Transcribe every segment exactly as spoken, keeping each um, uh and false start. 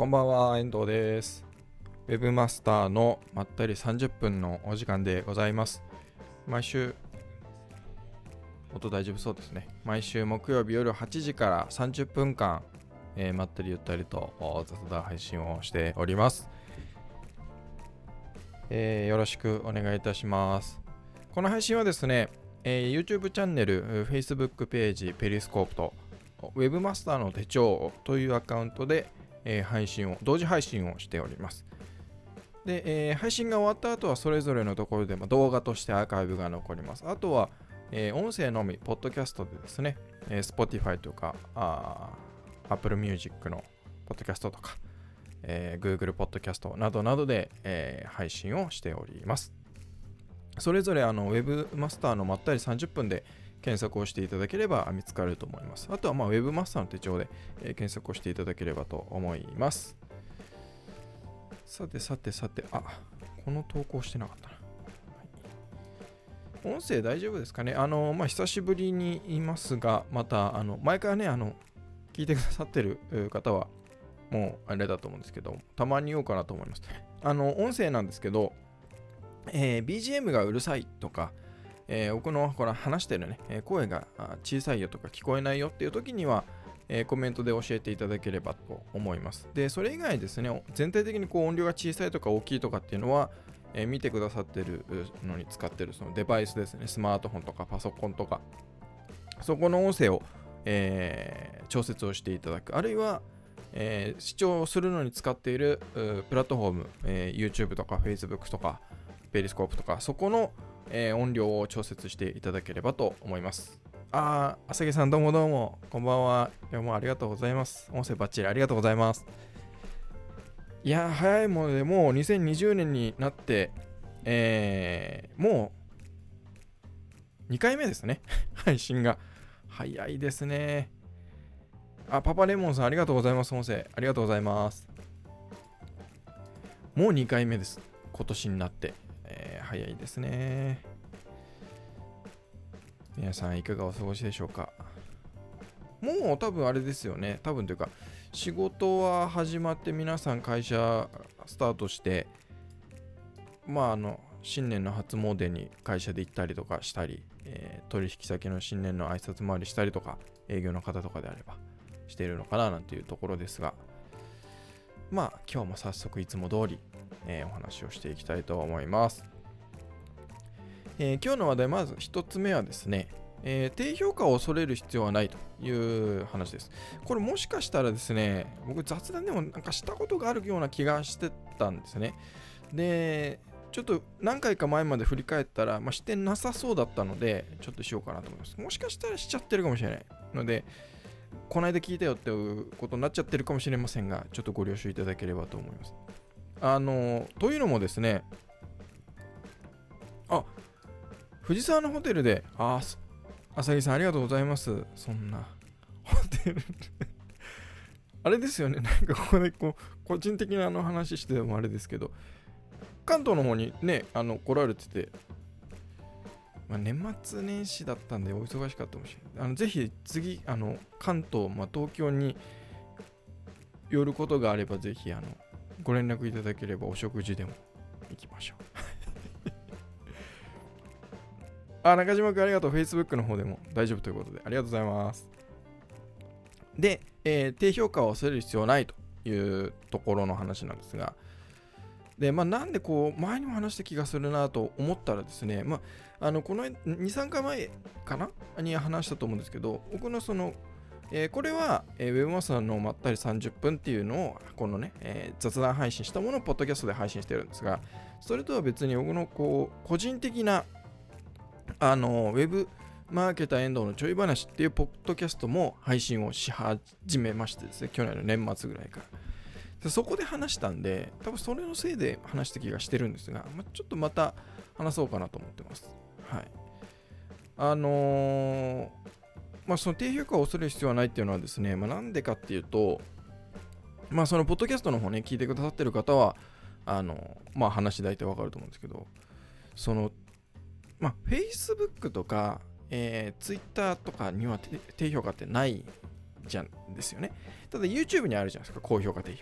こんばんは、遠藤です。ウェブマスターのまったりさんじゅっぷんのお時間でございます。毎週、音大丈夫そうですね。毎週木曜日夜はちじからさんじゅっぷんかん、えー、まったりゆったりと雑談配信をしております。えー、よろしくお願いいたします。この配信はですね、えー、YouTube チャンネル、Facebook ページ、ペリスコープと Webmaster の手帳というアカウントで、えー、配信を同時配信をしております。で、えー、配信が終わった後はそれぞれのところで、まあ、動画としてアーカイブが残ります。あとは、えー、音声のみ、ポッドキャストでですね、えー、Spotify とかあ Apple Music のポッドキャストとか、えー、Google ポッドキャストなどなどで、えー、配信をしております。それぞれあの Webmaster のまったりさんじゅっぷんで検索をしていただければ見つかると思います。あとは、まあ、Webmaster の手帳で、えー、検索をしていただければと思います。さてさてさて、あ、この投稿してなかったな。はい、音声大丈夫ですかね。あの、まあ、久しぶりに言いますが、また、あの、前からね、あの、聞いてくださってる方は、もうあれだと思うんですけど、たまに言おうかなと思います。あの、音声なんですけど、えー、ビージーエム がうるさいとか、えー、僕のこの話してるね、声が小さいよとか聞こえないよっていう時には、えー、コメントで教えていただければと思います。で、それ以外ですね、全体的にこう音量が小さいとか大きいとかっていうのは、えー、見てくださってるのに使ってるそのデバイスですね、スマートフォンとかパソコンとか、そこの音声を、えー、調節をしていただく。あるいは、えー、視聴するのに使っているプラットフォーム、えー、YouTube とか Facebook とかペリスコープとか、そこの、えー、音量を調節していただければと思います。あー、浅木さんどうもどうも、こんばんは。今日もありがとうございます。音声バッチリありがとうございます。いやー、早いものでもうにせんにじゅうねんになって、えー、もうにかいめですね。配信が。早いですね。あ、パパレモンさんありがとうございます。音声ありがとうございます。もうにかいめです。今年になって。えー、早いですね。皆さんいかがお過ごしでしょうか。もう多分あれですよね。多分というか、仕事は始まって皆さん会社スタートして、まああの、新年の初詣に会社で行ったりとかしたり、えー、取引先の新年の挨拶回りしたりとか、営業の方とかであればしているのかななんていうところですが、まあ今日も早速いつも通り、えー、お話をしていきたいと思います。えー、今日の話題、まず一つ目はですね、えー、低評価を恐れる必要はないという話です。これもしかしたらですね、僕雑談でもなんかしたことがあるような気がしてたんですね。で、ちょっと何回か前まで振り返ったら、まあ、してなさそうだったので、ちょっとしようかなと思います。もしかしたらしちゃってるかもしれないので、この間聞いたよっていうことになっちゃってるかもしれませんが、ちょっとご了承いただければと思います。あの、というのもですね、あ、藤沢のホテルで、あ、浅木さんありがとうございます。そんなホテルあれですよね、なんかここでこう個人的なあの話してもあれですけど、関東の方にね、あの来られてて、まあ、年末年始だったんでお忙しかったかもしれない。あのぜひ次あの関東、まあ、東京に寄ることがあればぜひあのご連絡いただければお食事でも行きましょう。あ、中島君ありがとう。Facebook の方でも大丈夫ということでありがとうございます。で、えー、低評価を恐れる必要はないというところの話なんですが、で、まあ、なんでこう前にも話した気がするなと思ったらですね、まあ、あのこのに、さんかいまえかなに話したと思うんですけど、僕のその、えー、これは、えー、Webmaster のまったりさんじゅっぷんっていうのをこのね、えー、雑談配信したものをポッドキャストで配信してるんですが、それとは別に僕のこう個人的なあのウェブマーケター遠藤のちょい話っていうポッドキャストも配信をし始めましてですね、去年の年末ぐらいからでそこで話したんで、多分それのせいで話した気がしてるんですが、まあ、ちょっとまた話そうかなと思ってます。はい。あのー、まあその低評価を恐れる必要はないっていうのはですね、まあ、なんでかっていうと、まあそのポッドキャストの方ね、聞いてくださってる方は、あのまあ話大体わかると思うんですけど、そのまあ、Facebook とか、えー、Twitter とかには低評価ってないじゃんですよね。ただ YouTube にあるじゃないですか、高評価、低評価。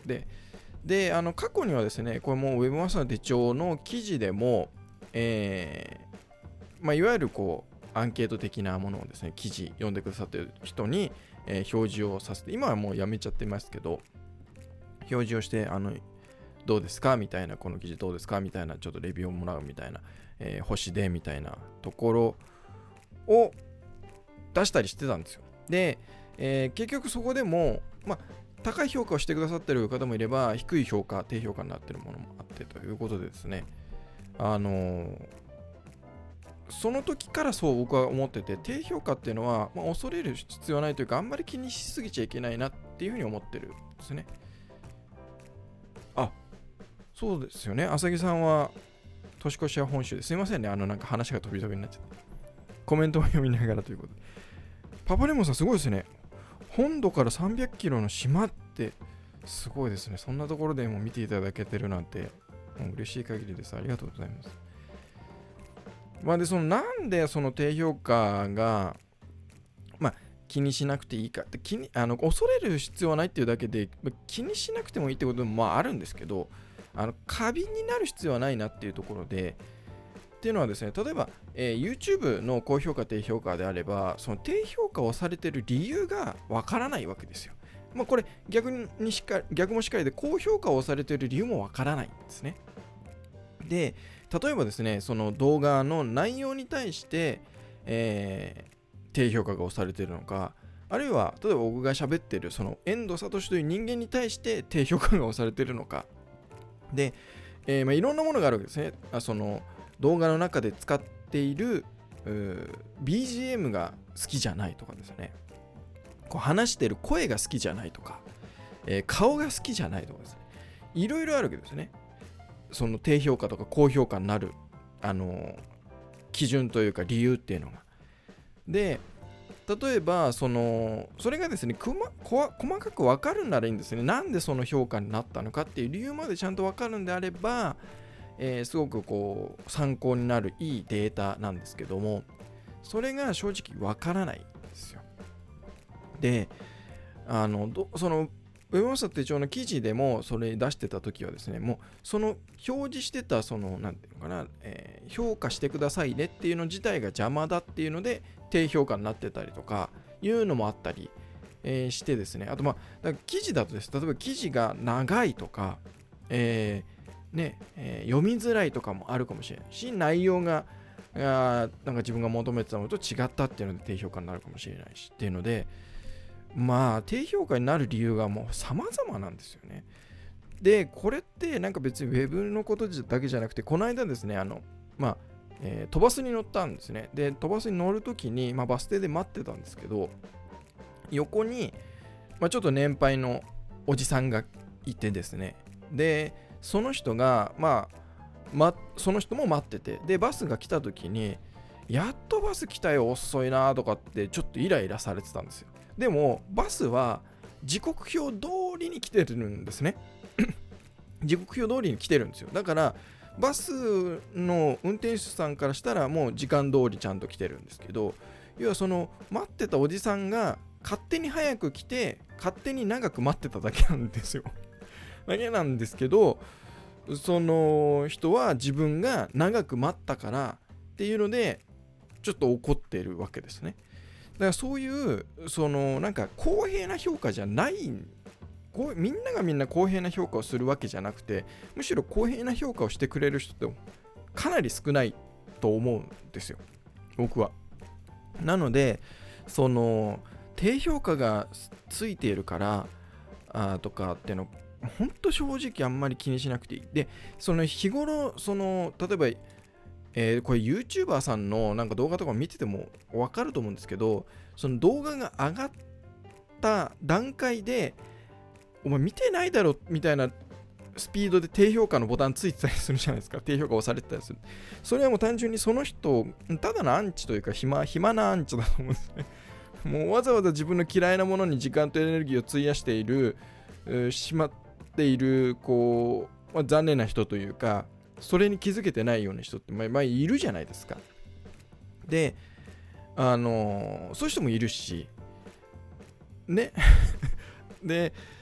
で、であの過去にはですね、これも Webmaster の手帳の記事でも、えーまあ、いわゆるこうアンケート的なものをですね、記事読んでくださっている人に、えー、表示をさせて、今はもうやめちゃってますけど、表示をして、あのどうですかみたいな、この記事どうですかみたいな、ちょっとレビューをもらうみたいな、えー、星でみたいなところを出したりしてたんですよ。で、えー、結局そこでも、まあ、高い評価をしてくださっている方もいれば、低い評価、低評価になっているものもあってということでですね、あのー、その時からそう僕は思ってて、低評価っていうのは、まあ、恐れる必要はないというか、あんまり気にしすぎちゃいけないなっていうふうに思ってるんですね。あ、そうですよね。浅木さんは年越しは本州ですいませんね。あのなんか話が飛び飛びになっちゃって。コメントを読みながらということで。パパレモンさんすごいですね。本土からさんびゃくキロの島ってすごいですね。そんなところでも見ていただけてるなんて、もう嬉しい限りです。ありがとうございます。まあで、そのなんでその低評価が、まあ気にしなくていいかって気に、あの恐れる必要はないっていうだけで、気にしなくてもいいってこともまああるんですけど、あの過敏になる必要はないなっていうところで、っていうのはですね、例えば、えー、YouTube の高評価低評価であれば、その低評価をされている理由がわからないわけですよ。まあこれ逆にしか逆もしっかりで、高評価をされている理由もわからないんですね。で、例えばですね、その動画の内容に対して、えー、低評価が押されているのか、あるいは例えば僕が喋っているその遠藤聡という人間に対して低評価が押されているのかで、えーまあ、いろんなものがあるわけですね。あその動画の中で使っている ビージーエム が好きじゃないとかですね、こう話している声が好きじゃないとか、えー、顔が好きじゃないとかですね、いろいろあるわけですね。その低評価とか高評価になる、あのー、基準というか理由っていうのが。で、例えばそのそれがですね、くまこ細かく分かるならいいんですね。なんでその評価になったのかっていう理由までちゃんと分かるんであれば、えー、すごくこう参考になるいいデータなんですけども、それが正直分からないんですよ。で、あのどそのWebmaster手帳の記事でもそれ出してた時はですね、もうその表示してたそのなんていうのかな、えー、評価してくださいねっていうの自体が邪魔だっていうので低評価になってたりとかいうのもあったり、えー、してですね、あとまあだから記事だとです、例えば記事が長いとか、えーねえー、読みづらいとかもあるかもしれないし、内容があなんか自分が求めてたのと違ったっていうので低評価になるかもしれないしっていうので、まあ低評価になる理由がもう様々なんですよね。で、これってなんか別にウェブのことだけじゃなくて、この間ですね、あのまあ、えー、飛ばすに乗ったんですね。で、飛ばすに乗るときに、まあ、バス停で待ってたんですけど、横に、まあ、ちょっと年配のおじさんがいてですね、で、その人が、まあ、ま、その人も待ってて、で、バスが来たときに、やっとバス来たよ、遅いなとかって、ちょっとイライラされてたんですよ。でもバスは時刻表通りに来てるんですね時刻表通りに来てるんですよ。だからバスの運転手さんからしたらもう時間通りちゃんと来てるんですけど、要はその待ってたおじさんが勝手に早く来て勝手に長く待ってただけなんですよだけなんですけど、その人は自分が長く待ったからっていうのでちょっと怒ってるわけですね。だからそういうそのなんか公平な評価じゃない、こうみんながみんな公平な評価をするわけじゃなくて、むしろ公平な評価をしてくれる人ってかなり少ないと思うんですよ、僕は。なのでその低評価がついているからあとかっていうの本当正直あんまり気にしなくていい。で、その日頃その例えばえー、これ YouTuber さんのなんか動画とか見てても分かると思うんですけど、その動画が上がった段階でお前見てないだろみたいなスピードで低評価のボタンついてたりするじゃないですか。低評価押されてたりする。それはもう単純にその人ただのアンチというか暇暇なアンチだと思うんですね。もうわざわざ自分の嫌いなものに時間とエネルギーを費やしているしまっているこう、まあ、残念な人というか、それに気づけてないような人って、まあ、まあいるじゃないですか。で、あのー、そういう人もいるし、ね。で、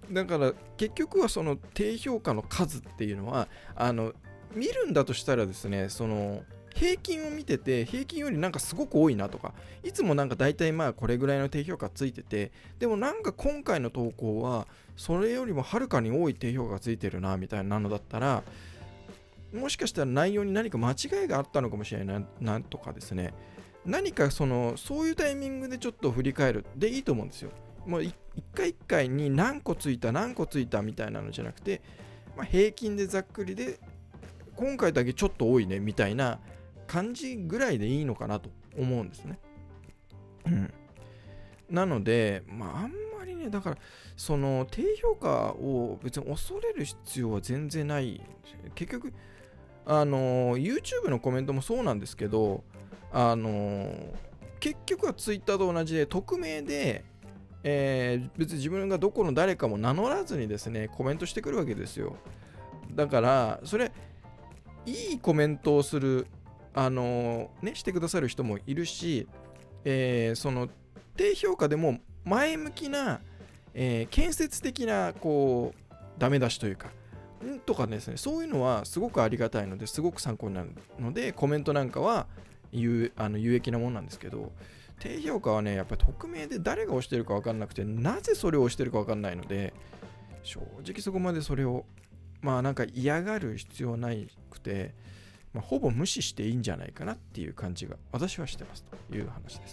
だから結局はその低評価の数っていうのはあの見るんだとしたらですね、その平均を見てて平均よりなんかすごく多いなとか、いつもなんか大体まあこれぐらいの低評価ついてて、でもなんか今回の投稿はそれよりもはるかに多い低評価がついてるなみたいなのだったら、もしかしたら内容に何か間違いがあったのかもしれないなとかですね、何かそのそういうタイミングでちょっと振り返るでいいと思うんですよ。もう一回一回に何個ついた何個ついたみたいなのじゃなくて、まあ、平均でざっくりで今回だけちょっと多いねみたいな感じぐらいでいいのかなと思うんですね。うん。なので、まああんまりね、だからその低評価を別に恐れる必要は全然ない。結局あの YouTube のコメントもそうなんですけど、あの結局は Twitter と同じで匿名で、えー、別に自分がどこの誰かも名乗らずにですねコメントしてくるわけですよ。だからそれいいコメントをするあのねしてくださる人もいるし、えー、その低評価でも前向きな、えー、建設的なこうダメ出しというかんとかですね、そういうのはすごくありがたいのですごく参考になるので、コメントなんかは有, あの有益なものなんですけど、低評価はねやっぱり匿名で誰が押してるか分かんなくて、なぜそれを押してるか分かんないので、正直そこまでそれをまあなんか嫌がる必要なくて、まあ、ほぼ無視していいんじゃないかなっていう感じが私はしてますという話です。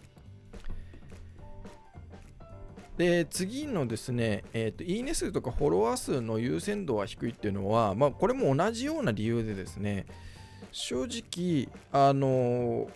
で次のですね、えーと、いいね数とかフォロワー数の優先度は低いっていうのは、まあ、これも同じような理由でですね、正直、あのー、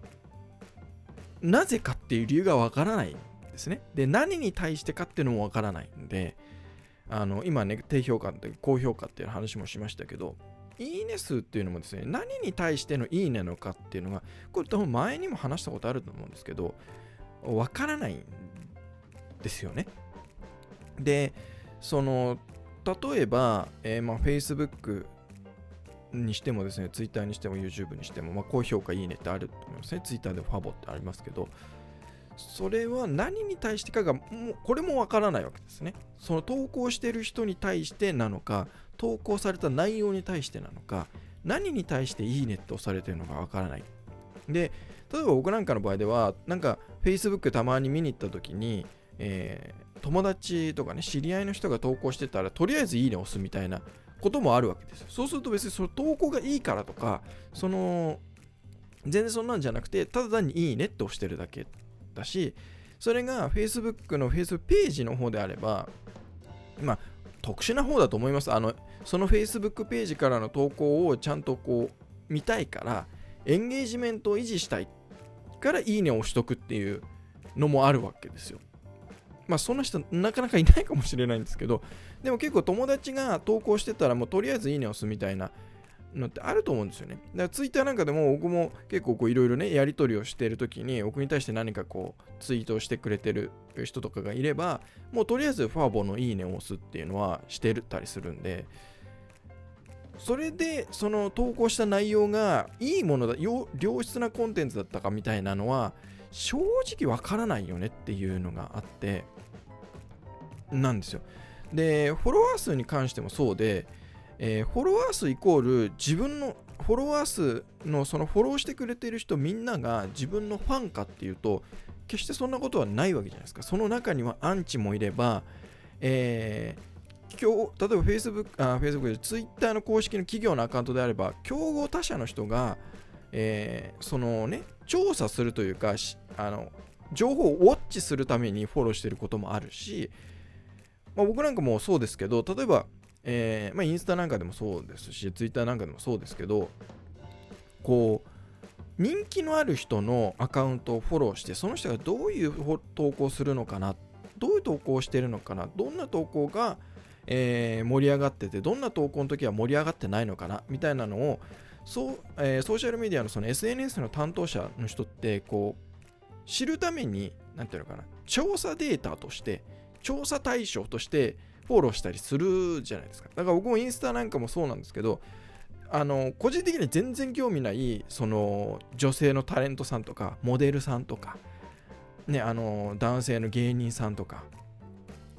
なぜかっていう理由がわからないんですね。で、何に対してかっていうのもわからないんで、あの今ね、低評価って高評価っていう話もしましたけど、いいね数っていうのもですね、何に対してのいいねのかっていうのが、これ多分前にも話したことあると思うんですけど、わからないんですよね。で、その例えば、えー、まあ Facebook にしてもですね、Twitter にしても YouTube にしても、まあ、高評価いいねってあると思いますね。Twitter でファボってありますけど、それは何に対してかがもうこれもわからないわけですね。その投稿している人に対してなのか、投稿された内容に対してなのか、何に対していいねって押されてるのかわからない。で、例えば僕なんかの場合では、なんか Facebook たまに見に行った時に、えー、友達とかね、知り合いの人が投稿してたら、とりあえずいいね押すみたいなこともあるわけです。そうすると別にその投稿がいいからとか、その全然そんなんじゃなくて、ただ単にいいねって押してるだけだし、それが Facebook の Facebook ページの方であれば、まあ特殊な方だと思います。あのその Facebook ページからの投稿をちゃんとこう見たいから、エンゲージメントを維持したいからいいねを押しとくっていうのもあるわけですよ。まあそんな人なかなかいないかもしれないんですけど、でも結構友達が投稿してたらもうとりあえずいいねを押すみたいなのってあると思うんですよね。だからツイッターなんかでも僕も結構いろいろねやり取りをしているときに、僕に対して何かこうツイートをしてくれてる人とかがいれば、もうとりあえずファーボのいいねを押すっていうのはしてたりするんで、それでその投稿した内容がいいものだ、良質なコンテンツだったかみたいなのは正直わからないよねっていうのがあってなんですよ。で、フォロワー数に関してもそうで、えー、フォロワー数イコール自分のフォロワー数のそのフォローしてくれている人みんなが自分のファンかっていうと、決してそんなことはないわけじゃないですか。その中にはアンチもいれば、えー、今日例えば Facebook、あ、Facebook で Twitter の公式の企業のアカウントであれば、競合他社の人が、えー、そのね、調査するというか、あの情報をウォッチするためにフォローしていることもあるし、まあ、僕なんかもそうですけど、例えば、えーまあ、インスタなんかでもそうですし、ツイッターなんかでもそうですけど、こう人気のある人のアカウントをフォローして、その人がどういう投稿するのかな、どういう投稿をしているのかな、どんな投稿が、えー、盛り上がってて、どんな投稿の時は盛り上がってないのかなみたいなのを、そう、えー、ソーシャルメディアのその エスエヌエス の担当者の人ってこう知るために、なんていうのかな、調査データとして調査対象としてフォローしたりするじゃないですか。だから僕もインスタなんかもそうなんですけど、あの個人的には全然興味ないその女性のタレントさんとかモデルさんとか、ね、あの男性の芸人さんとか、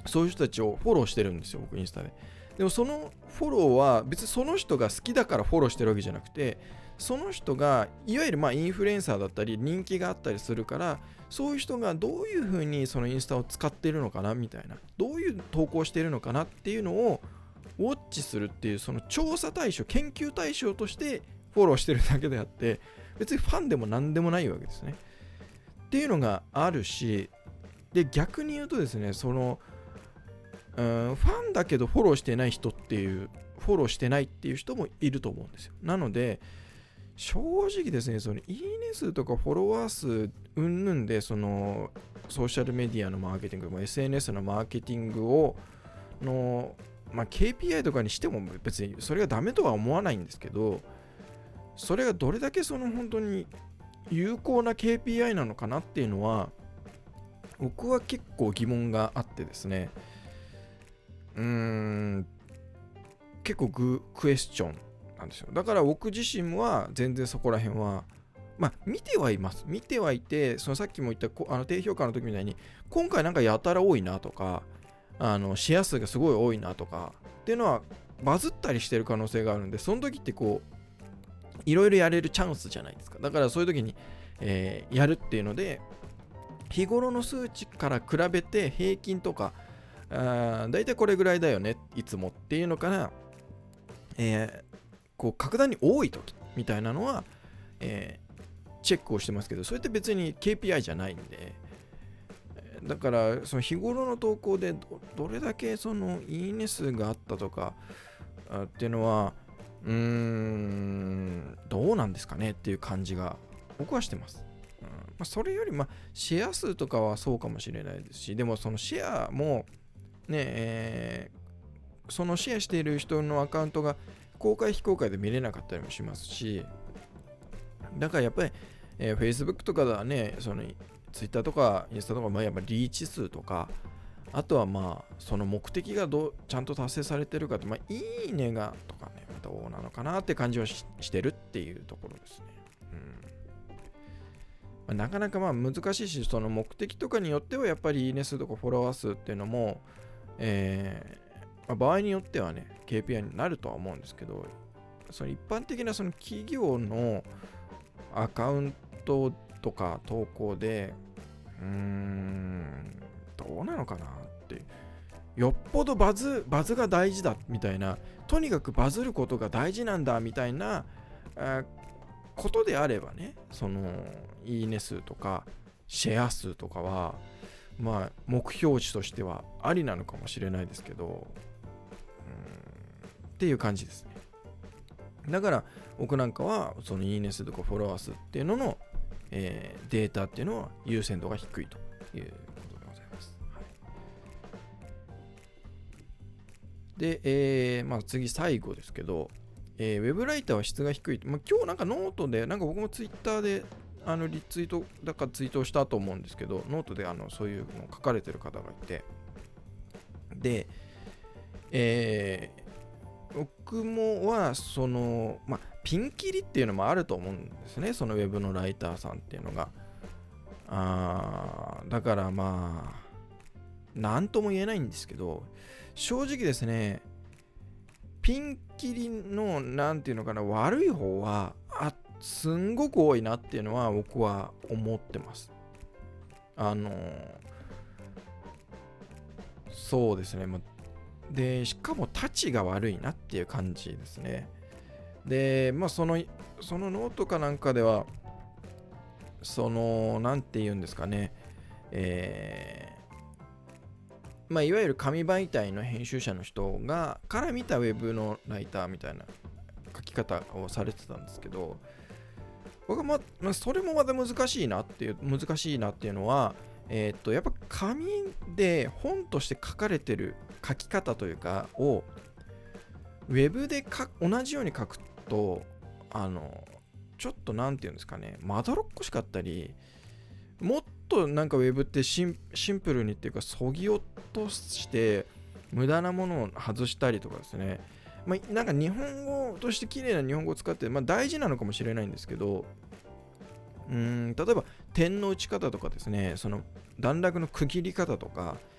そういう人たちをフォローしてるんですよ、僕インスタで。でもそのフォローは別にその人が好きだからフォローしてるわけじゃなくて、その人がいわゆるまあインフルエンサーだったり人気があったりするから、そういう人がどういうふうにそのインスタを使っているのかなみたいな、どういう投稿しているのかなっていうのをウォッチするっていう、その調査対象、研究対象としてフォローしてるだけであって、別にファンでも何でもないわけですね。っていうのがあるし、で逆に言うとですね、そのうん、ファンだけどフォローしてない人っていう、フォローしてないっていう人もいると思うんですよ。なので、正直ですね、そのいいね数とかフォロワー数うんぬんで、そのソーシャルメディアのマーケティング、エスエヌエス のマーケティングをの、まあ、ケーピーアイ とかにしても別にそれがダメとは思わないんですけど、それがどれだけその本当に有効な ケーピーアイ なのかなっていうのは、僕は結構疑問があってですね、うーん結構グクエスチョンなんですよ。だから僕自身は全然そこら辺はまあ見てはいます見てはいて、そのさっきも言ったあの低評価の時みたいに、今回なんかやたら多いなとか、あのシェア数がすごい多いなとかっていうのはバズったりしてる可能性があるんで、その時ってこういろいろやれるチャンスじゃないですか。だからそういう時に、えーやるっていうので、日頃の数値から比べて平均とかだいたいこれぐらいだよねいつもっていうのから、えー、こう格段に多い時みたいなのは、えー、チェックをしてますけど、それって別に ケーピーアイ じゃないんで、だからその日頃の投稿で ど, どれだけそのいいね数があったとかあっていうのは、うーんどうなんですかねっていう感じが僕はしてます。うんまあ、それよりまあシェア数とかはそうかもしれないですし、でもそのシェアもねえー、そのシェアしている人のアカウントが公開非公開で見れなかったりもしますし、だからやっぱり、えー、Facebook とかだね、その Twitter とかインスタとか、まあ、やっぱリーチ数とか、あとはまあその目的がどうちゃんと達成されてるかって、まあ、いいねがとかね、どうなのかなって感じは し, してるっていうところですね。うんまあ、なかなかまあ難しいし、その目的とかによってはやっぱりいいね数とかフォロワー数っていうのも、えーまあ、場合によってはね ケーピーアイ になるとは思うんですけど、その一般的なその企業のアカウントとか投稿でうーんどうなのかなって、よっぽどバズバズが大事だみたいな、とにかくバズることが大事なんだみたいなことであればね、そのいいね数とかシェア数とかはまあ目標値としてはありなのかもしれないですけど、うーんっていう感じですね。だから僕なんかはそのいいね数とかフォロワー数っていうのの、えー、データっていうのは優先度が低いということでございます。はい、で、えーまあ、次最後ですけど、えー、ウェブライターは質が低い。まあ、今日なんかノートで、なんか僕もツイッターであのリツイートだからツイートをしたと思うんですけど、ノートであのそういうのを書かれてる方がいて、で、えー、僕もはその、まあ、ピンキリっていうのもあると思うんですね、そのウェブのライターさんっていうのが。あだからまあ、なんとも言えないんですけど、正直ですね、ピンキリのなんていうのかな、悪い方はあすんごく多いなっていうのは僕は思ってます。あのそうですね。で、しかもタチが悪いなっていう感じですね。で、まあそのそのノートかなんかでは、そのなんて言うんですかね、えー、まあいわゆる紙媒体の編集者の人がから見たウェブのライターみたいな書き方をされてたんですけど、僕はま、まあ、それもまた難しいなっていう難しいなっていうのは、えー、っとやっぱ紙で本として書かれてる書き方というかをウェブでか同じように書くと、あのちょっとなんていうんですかね、まどろっこしかったり、もっとなんかウェブってシン、シンプルにっていうかそぎ落として無駄なものを外したりとかですね、まあ、なんか日本語として綺麗な日本語を使って、まあ、大事なのかもしれないんですけど、うーん例えば点の打ち方とかですね、その段落の区切り方とか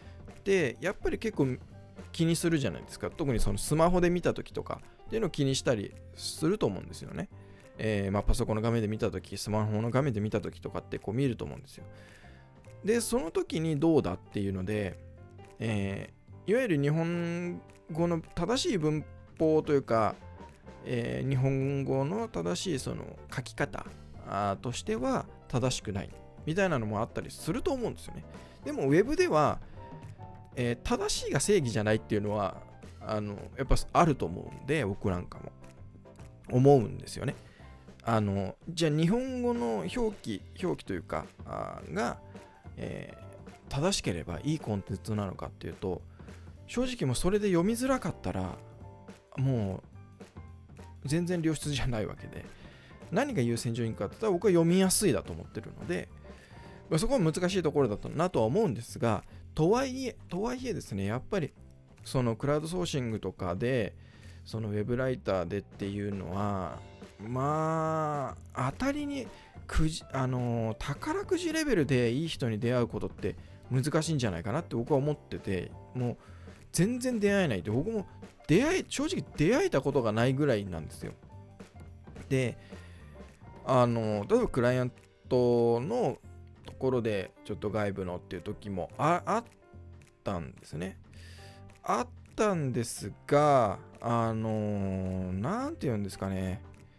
ってやっぱり結構気にするじゃないですか。特にそのスマホで見た時とかっていうのを気にしたりすると思うんですよね。えーまあ、パソコンの画面で見た時、スマホの画面で見た時とかってこう見ると思うんですよ。でその時にどうだっていうので、えー、いわゆる日本語の正しい文法というか、えー、日本語の正しいその書き方としては正しくないみたいなのもあったりすると思うんですよね。でもウェブでは、えー、正しいが正義じゃないっていうのはあのやっぱあると思うんで、僕なんかも思うんですよね。あのじゃあ日本語の表記表記というかあが、えー、正しければいいコンテンツなのかっていうと、正直もうそれで読みづらかったらもう全然良質じゃないわけで、何が優先順位かって言ったら僕は読みやすいだと思ってるので、まあ、そこは難しいところだったなとは思うんですが、とはいえとはいえですね、やっぱりそのクラウドソーシングとかでそのウェブライターでっていうのはまあ当たりにくじあのー、宝くじレベルでいい人に出会うことって難しいんじゃないかなって僕は思ってて、もう全然出会えないって、僕も出会え正直出会えたことがないぐらいなんですよ。であのー、例えばクライアントのところでちょっと外部のっていう時も あ, あったんですね。あったんですが、あのー、なんて言うんですかね、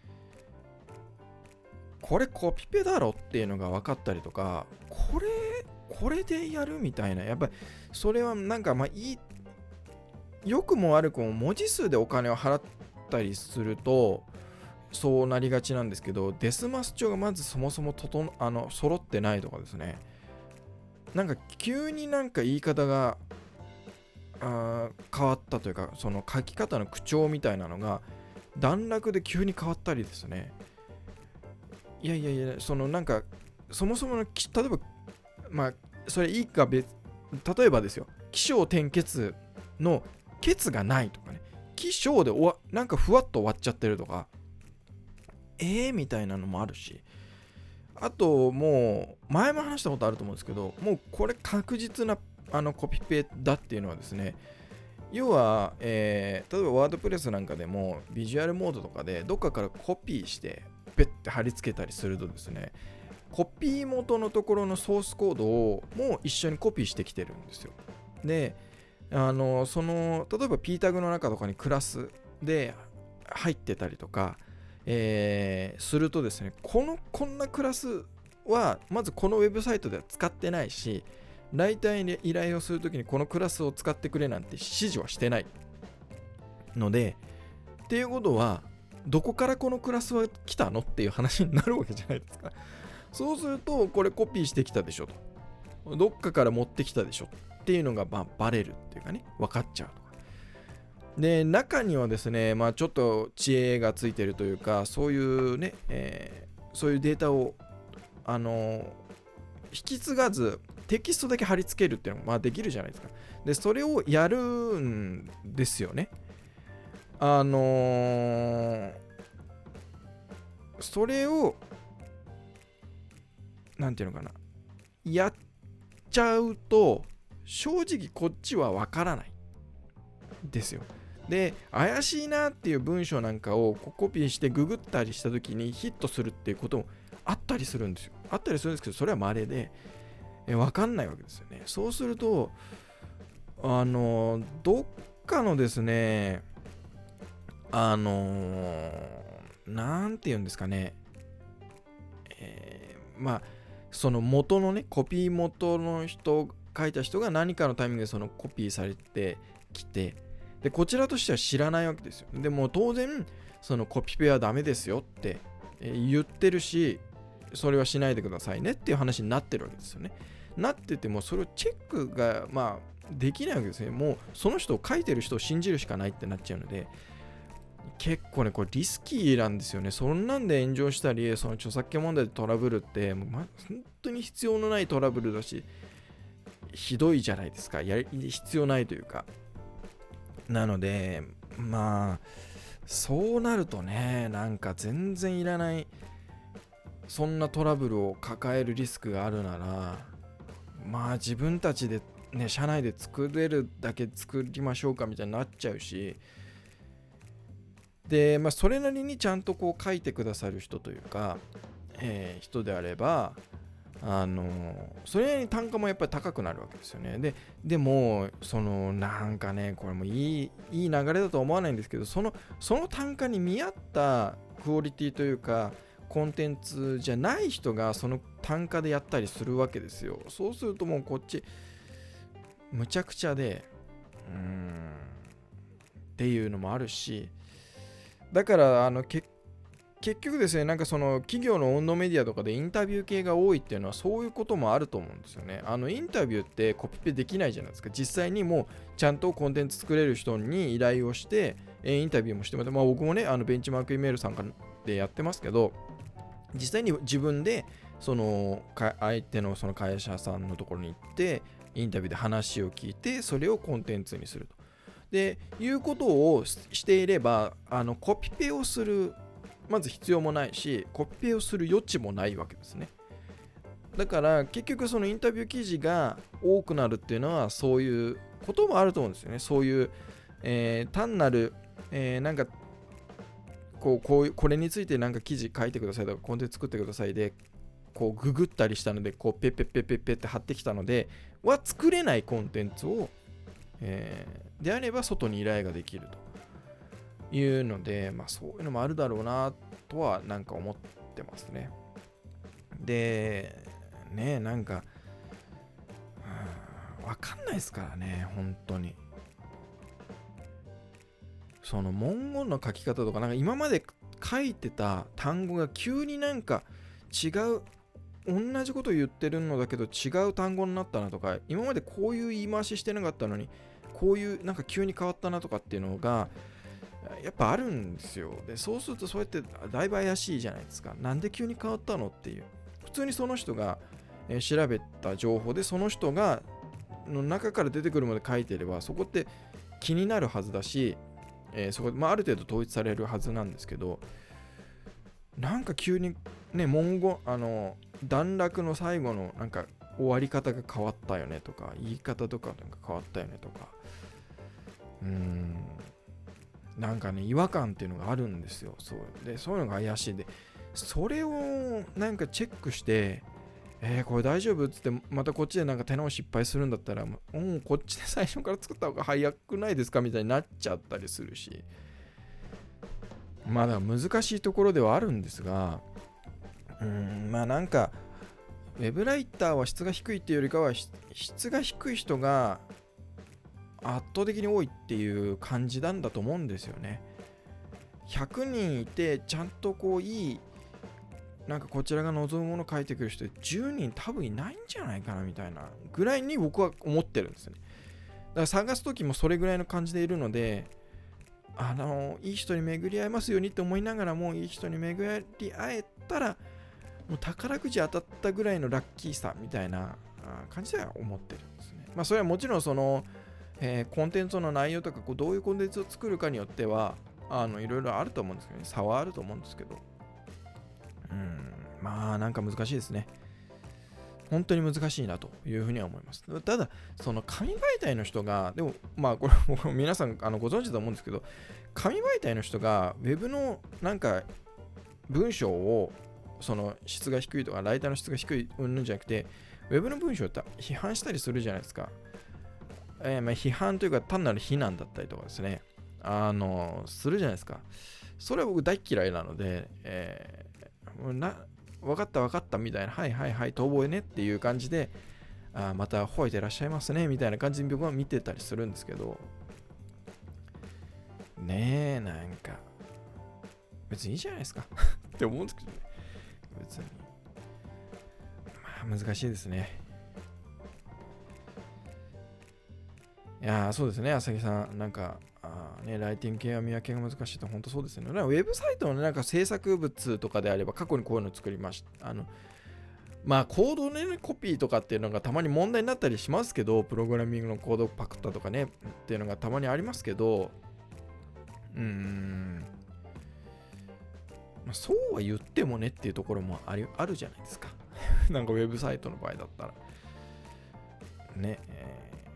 これコピペだろっていうのが分かったりとか、これこれでやるみたいな、やっぱりそれはなんかまあいい、良くも悪くも文字数でお金を払ったりするとそうなりがちなんですけど、デスマス帳がまずそもそもととあの揃ってないとかですね、なんか急になんか言い方があ変わったというか、その書き方の口調みたいなのが段落で急に変わったりですね、いやいやいや、そのなんかそもそもの例えばまあそれいいか別、例えばですよ、起承転結の結がないとかね、起承で終わなんかふわっと終わっちゃってるとか、えーみたいなのもあるし、あともう前も話したことあると思うんですけど、もうこれ確実なあのコピペだっていうのはですね、要は、えー、例えばワードプレスなんかでもビジュアルモードとかでどっかからコピーしてペッて貼り付けたりするとですね、コピー元のところのソースコードをもう一緒にコピーしてきてるんですよ。で、あのその例えば P タグの中とかにクラスで入ってたりとか、えー、するとですね、このこんなクラスはまずこのウェブサイトでは使ってないし、ライターに依頼をするときにこのクラスを使ってくれなんて指示はしてないので、っていうことはどこからこのクラスは来たのっていう話になるわけじゃないですか。そうするとこれコピーしてきたでしょと、どっかから持ってきたでしょっていうのがまあバレるっていうかね、分かっちゃうとかで、中にはですね、まあちょっと知恵がついてるというか、そういうね、えー、そういうデータをあのー、引き継がずテキストだけ貼り付けるっていうのもまあできるじゃないですか。でそれをやるんですよね。あのー、それをなんていうのかな、やっちゃうと正直こっちはわからないですよ。で怪しいなっていう文章なんかをコピーしてググったりした時にヒットするっていうこともあったりするんですよ。あったりするんですけど、それは稀でえ分かんないわけですよね。そうするとあのどっかのですね、あのなんて言うんですかね、えー、まあその元のね、コピー元の人書いた人が何かのタイミングでそのコピーされてきて、でこちらとしては知らないわけですよ。でも当然そのコピペはダメですよって言ってるし、それはしないでくださいねっていう話になってるわけですよね。なっててもそれをチェックがまあできないわけですね。もうその人を書いてる人を信じるしかないってなっちゃうので、結構ねこれリスキーなんですよね。そんなんで炎上したり、その著作権問題でトラブルってもう、ま、本当に必要のないトラブルだし、ひどいじゃないですか。やり必要ないというか。なのでまあそうなるとね、なんか全然いらないそんなトラブルを抱えるリスクがあるなら、まあ自分たちでね、社内で作れるだけ作りましょうかみたいになっちゃうし、で、まあ、それなりにちゃんとこう書いてくださる人というか、えー、人であれば、あのそれなりに単価もやっぱり高くなるわけですよね。で、でも、そのなんかね、これもいい、いい流れだと思わないんですけど、その、その単価に見合ったクオリティというか、コンテンツじゃない人がその単価でやったりするわけですよ。そうするともうこっち、むちゃくちゃで、うーん、っていうのもあるし、だからあの結結局ですね、なんかその企業の温度メディアとかでインタビュー系が多いっていうのはそういうこともあると思うんですよね。あのインタビューってコピペできないじゃないですか。実際にもうちゃんとコンテンツ作れる人に依頼をして、えインタビューもしてもらって、まあ、僕もね、あのベンチマークイメールさんでやってますけど、実際に自分でその相手のその会社さんのところに行ってインタビューで話を聞いて、それをコンテンツにすると。で、いうことをしていれば、あのコピペをするまず必要もないし、コピペをする余地もないわけですね。だから結局そのインタビュー記事が多くなるっていうのはそういうこともあると思うんですよね。そういう、えー、単なる、えー、なんかこうこういうこれについてなんか記事書いてくださいとかコンテンツ作ってくださいでこうググったりしたのでこうペッペッペッペッペッって貼ってきたのでは作れないコンテンツを、えー、であれば外に依頼ができるというので、まあそういうのもあるだろうなとはなんか思ってますね。で、ね、なんか、わかんないですからね、本当に。その文言の書き方とか、なんか今まで書いてた単語が急になんか違う、同じこと言ってるのだけど違う単語になったなとか、今までこういう言い回ししてなかったのに、こういうなんか急に変わったなとかっていうのが、やっぱあるんですよ。で、そうするとそうやってだいぶ怪しいじゃないですか。なんで急に変わったのっていう。普通にその人が、えー、調べた情報でその人がの中から出てくるまで書いてればそこって気になるはずだし、えー、そこ、まあ、ある程度統一されるはずなんですけど、なんか急にね、文言、あの、段落の最後のなんか終わり方が変わったよねとか、言い方とかなんか変わったよねとか、うーん、なんかね、違和感っていうのがあるんですよ。そうで、そういうのが怪しいで、それをなんかチェックして、えー、これ大丈夫っつって、またこっちでなんか手直し失敗するんだったら、うん、こっちで最初から作った方が早くないですかみたいになっちゃったりするし、まあだから難しいところではあるんですが、うーん、まあなんか、ウェブライターは質が低いっていうよりかは、質が低い人が圧倒的に多いっていう感じなんだと思うんですよね。ひゃくにんいて、ちゃんとこういい、なんかこちらが望むものを書いてくる人じゅうにん多分いないんじゃないかなみたいなぐらいに僕は思ってるんですよね。だから探すときもそれぐらいの感じでいるので、あのいい人に巡り合えますようにって思いながらも、いい人に巡り合えたらもう宝くじ当たったぐらいのラッキーさみたいな感じでは思ってるんですね。まあそれはもちろんその、えー、コンテンツの内容とかこうどういうコンテンツを作るかによってはあのいろいろあると思うんですけどね、差はあると思うんですけど、うん、まあなんか難しいですね。本当に難しいなというふうには思います。ただ、その紙媒体の人が、でもまあこれ皆さんあのご存知だと思うんですけど、紙媒体の人がウェブのなんか文章をその質が低いとか、ライターの質が低いうんぬんじゃなくて、ウェブの文章って批判したりするじゃないですか。えー、まあ批判というか単なる非難だったりとかですね、あのするじゃないですか。それは僕大嫌いなので、えー、な分かった分かったみたいな、はいはいはい、遠吠えねっていう感じで、あまた吠えてらっしゃいますねみたいな感じで僕は見てたりするんですけど、ねえ、なんか、別にいいじゃないですかって思うんですけどね。別に。まあ難しいですね。いやー、そうですね、朝日さん。なんか、あね、ライティング系は見分けが難しいと、本当そうですよね。ウェブサイトのなんか制作物とかであれば、過去にこういうの作りました。あの、まあ、コードね、コピーとかっていうのがたまに問題になったりしますけど、プログラミングのコードをパクったとかね、っていうのがたまにありますけど、うーん、まあ、そうは言ってもねっていうところもありあるじゃないですか。なんかウェブサイトの場合だったら。ね、え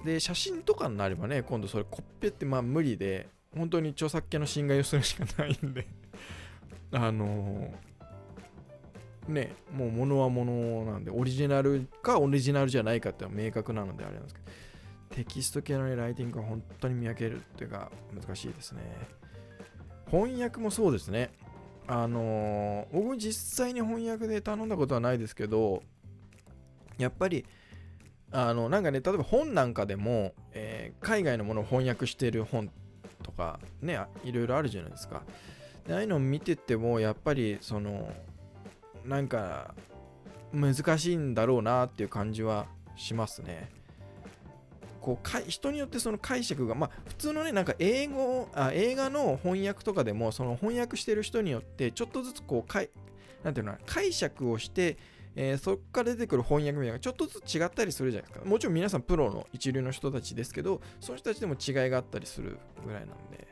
で、写真とかになればね、今度それコピペってまあ無理で、本当に著作権の侵害をするしかないんで、あのー、ね、もう物は物なんで、オリジナルかオリジナルじゃないかっていうのは明確なのであれなんですけど、テキスト系の、ね、ライティングは本当に見分けるっていうか難しいですね。翻訳もそうですね。あのー、僕実際に翻訳で頼んだことはないですけど、やっぱりあのなんかね、例えば本なんかでも、えー、海外のものを翻訳している本とかね、いろいろあるじゃないですか。で、ああいうのを見ててもやっぱりそのなんか難しいんだろうなっていう感じはしますね。こうか人によってその解釈が、まあ普通のね、なんか英語あ映画の翻訳とかでも、その翻訳してる人によってちょっとずつこうかいなんていうの解釈をして、えー、そこから出てくる翻訳みたいなのがちょっとずつ違ったりするじゃないですか。もちろん皆さんプロの一流の人たちですけど、その人たちでも違いがあったりするぐらいなんで、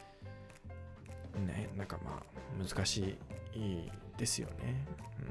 ね、なんかまあ難しいですよね。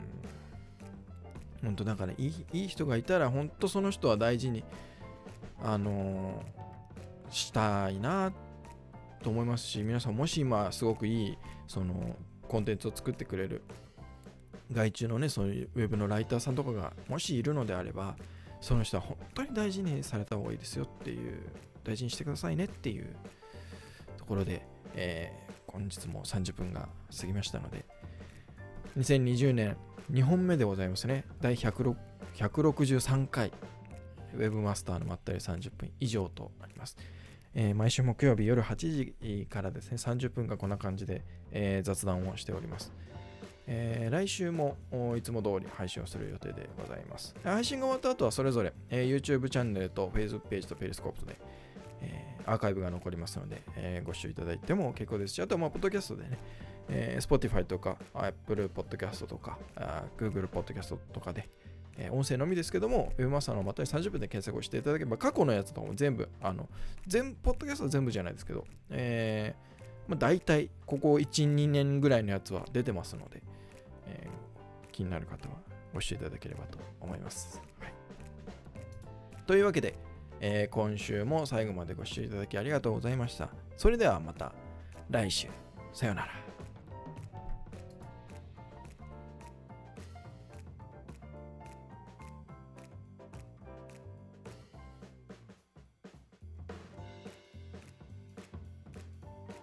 うん、本当だからいい、いい人がいたら本当その人は大事にあのー、したいなと思いますし、皆さんもし今すごくいいそのコンテンツを作ってくれる外注のね、そういうウェブのライターさんとかがもしいるのであれば、その人は本当に大事にされた方がいいですよっていう、大事にしてくださいねっていうところで、えー、本日もさんじゅっぷんが過ぎましたので、にせんにじゅうねんにほんめでございますね。だいひゃくろくじゅうさんかいウェブマスターのまったりさんじゅっぷん以上となります。えー、毎週木曜日夜はちじからですね、さんじゅっぷんかこんな感じで、えー、雑談をしております。えー、来週もいつも通り配信をする予定でございます。配信が終わった後はそれぞれ、えー、YouTube チャンネルと Facebook ページと Periscope で、えー、アーカイブが残りますので、えー、ご視聴いただいても結構ですし、あとはまあポッドキャストでね、えー、Spotify とか Apple Podcast とか Google Podcast とかで、えー、音声のみですけども、ウェブマスターのまったりさんじゅっぷんで検索をしていただければ、過去のやつとかも全部、あの、全ポッドキャストは全部じゃないですけど、えーまあ、大体ここいち、にねんぐらいのやつは出てますので、えー、気になる方はご視聴いただければと思います。はい、というわけで、えー、今週も最後までご視聴いただきありがとうございました。それではまた来週。さようなら。